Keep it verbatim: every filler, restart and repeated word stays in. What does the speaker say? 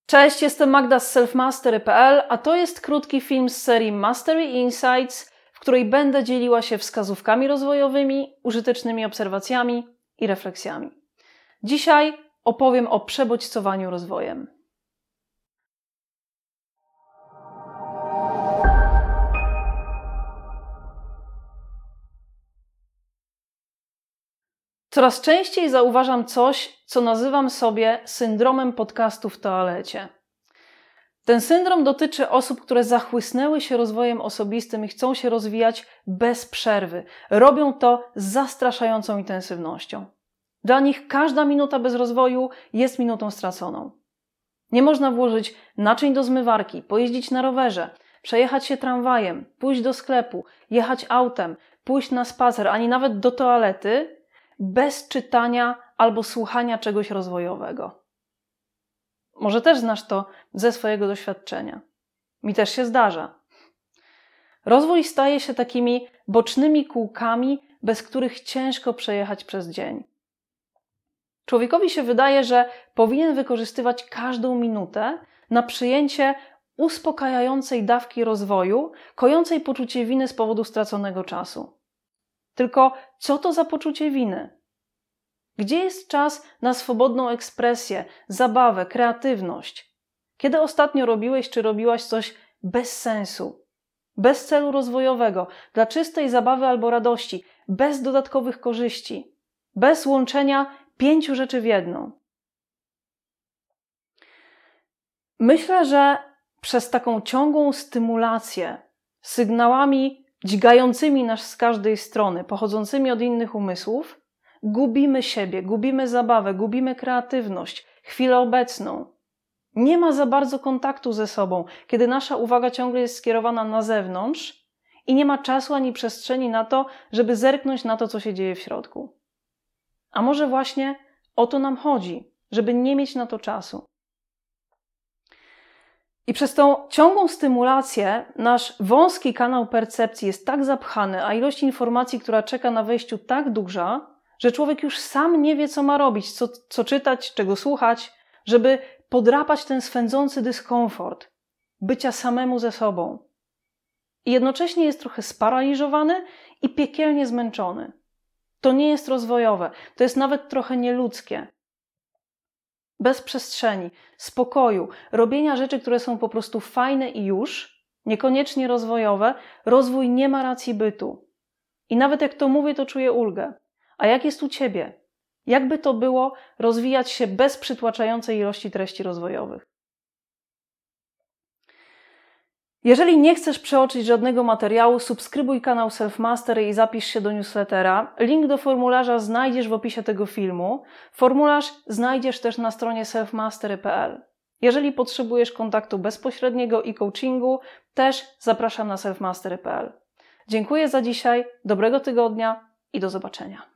Cześć, jestem Magda z self mastery kropka p l, a to jest krótki film z serii Mastery Insights, w której będę dzieliła się wskazówkami rozwojowymi, użytecznymi obserwacjami i refleksjami. Dzisiaj opowiem o przebodźcowaniu rozwojem. Coraz częściej zauważam coś, co nazywam sobie syndromem podcastu w toalecie. Ten syndrom dotyczy osób, które zachłysnęły się rozwojem osobistym i chcą się rozwijać bez przerwy. Robią to z zastraszającą intensywnością. Dla nich każda minuta bez rozwoju jest minutą straconą. Nie można włożyć naczyń do zmywarki, pojeździć na rowerze, przejechać się tramwajem, pójść do sklepu, jechać autem, pójść na spacer, ani nawet do toalety, bez czytania albo słuchania czegoś rozwojowego. Może też znasz to ze swojego doświadczenia. Mi też się zdarza. Rozwój staje się takimi bocznymi kółkami, bez których ciężko przejechać przez dzień. Człowiekowi się wydaje, że powinien wykorzystywać każdą minutę na przyjęcie uspokajającej dawki rozwoju, kojącej poczucie winy z powodu straconego czasu. Tylko co to za poczucie winy? Gdzie jest czas na swobodną ekspresję, zabawę, kreatywność? Kiedy ostatnio robiłeś czy robiłaś coś bez sensu, bez celu rozwojowego, dla czystej zabawy albo radości, bez dodatkowych korzyści, bez łączenia pięciu rzeczy w jedną? Myślę, że przez taką ciągłą stymulację sygnałami dźgającymi nas z każdej strony, pochodzącymi od innych umysłów, gubimy siebie, gubimy zabawę, gubimy kreatywność, chwilę obecną. Nie ma za bardzo kontaktu ze sobą, kiedy nasza uwaga ciągle jest skierowana na zewnątrz i nie ma czasu ani przestrzeni na to, żeby zerknąć na to, co się dzieje w środku. A może właśnie o to nam chodzi, żeby nie mieć na to czasu. I przez tą ciągłą stymulację nasz wąski kanał percepcji jest tak zapchany, a ilość informacji, która czeka na wejściu, tak duża, że człowiek już sam nie wie, co ma robić, co, co czytać, czego słuchać, żeby podrapać ten swędzący dyskomfort bycia samemu ze sobą. I jednocześnie jest trochę sparaliżowany i piekielnie zmęczony. To nie jest rozwojowe, to jest nawet trochę nieludzkie. Bez przestrzeni, spokoju, robienia rzeczy, które są po prostu fajne i już, niekoniecznie rozwojowe, rozwój nie ma racji bytu. I nawet jak to mówię, to czuję ulgę. A jak jest u Ciebie? Jakby to było rozwijać się bez przytłaczającej ilości treści rozwojowych? Jeżeli nie chcesz przeoczyć żadnego materiału, subskrybuj kanał Self Mastery i zapisz się do newslettera. Link do formularza znajdziesz w opisie tego filmu. Formularz znajdziesz też na stronie self mastery kropka p l. Jeżeli potrzebujesz kontaktu bezpośredniego i coachingu, też zapraszam na self mastery kropka p l. Dziękuję za dzisiaj, dobrego tygodnia i do zobaczenia.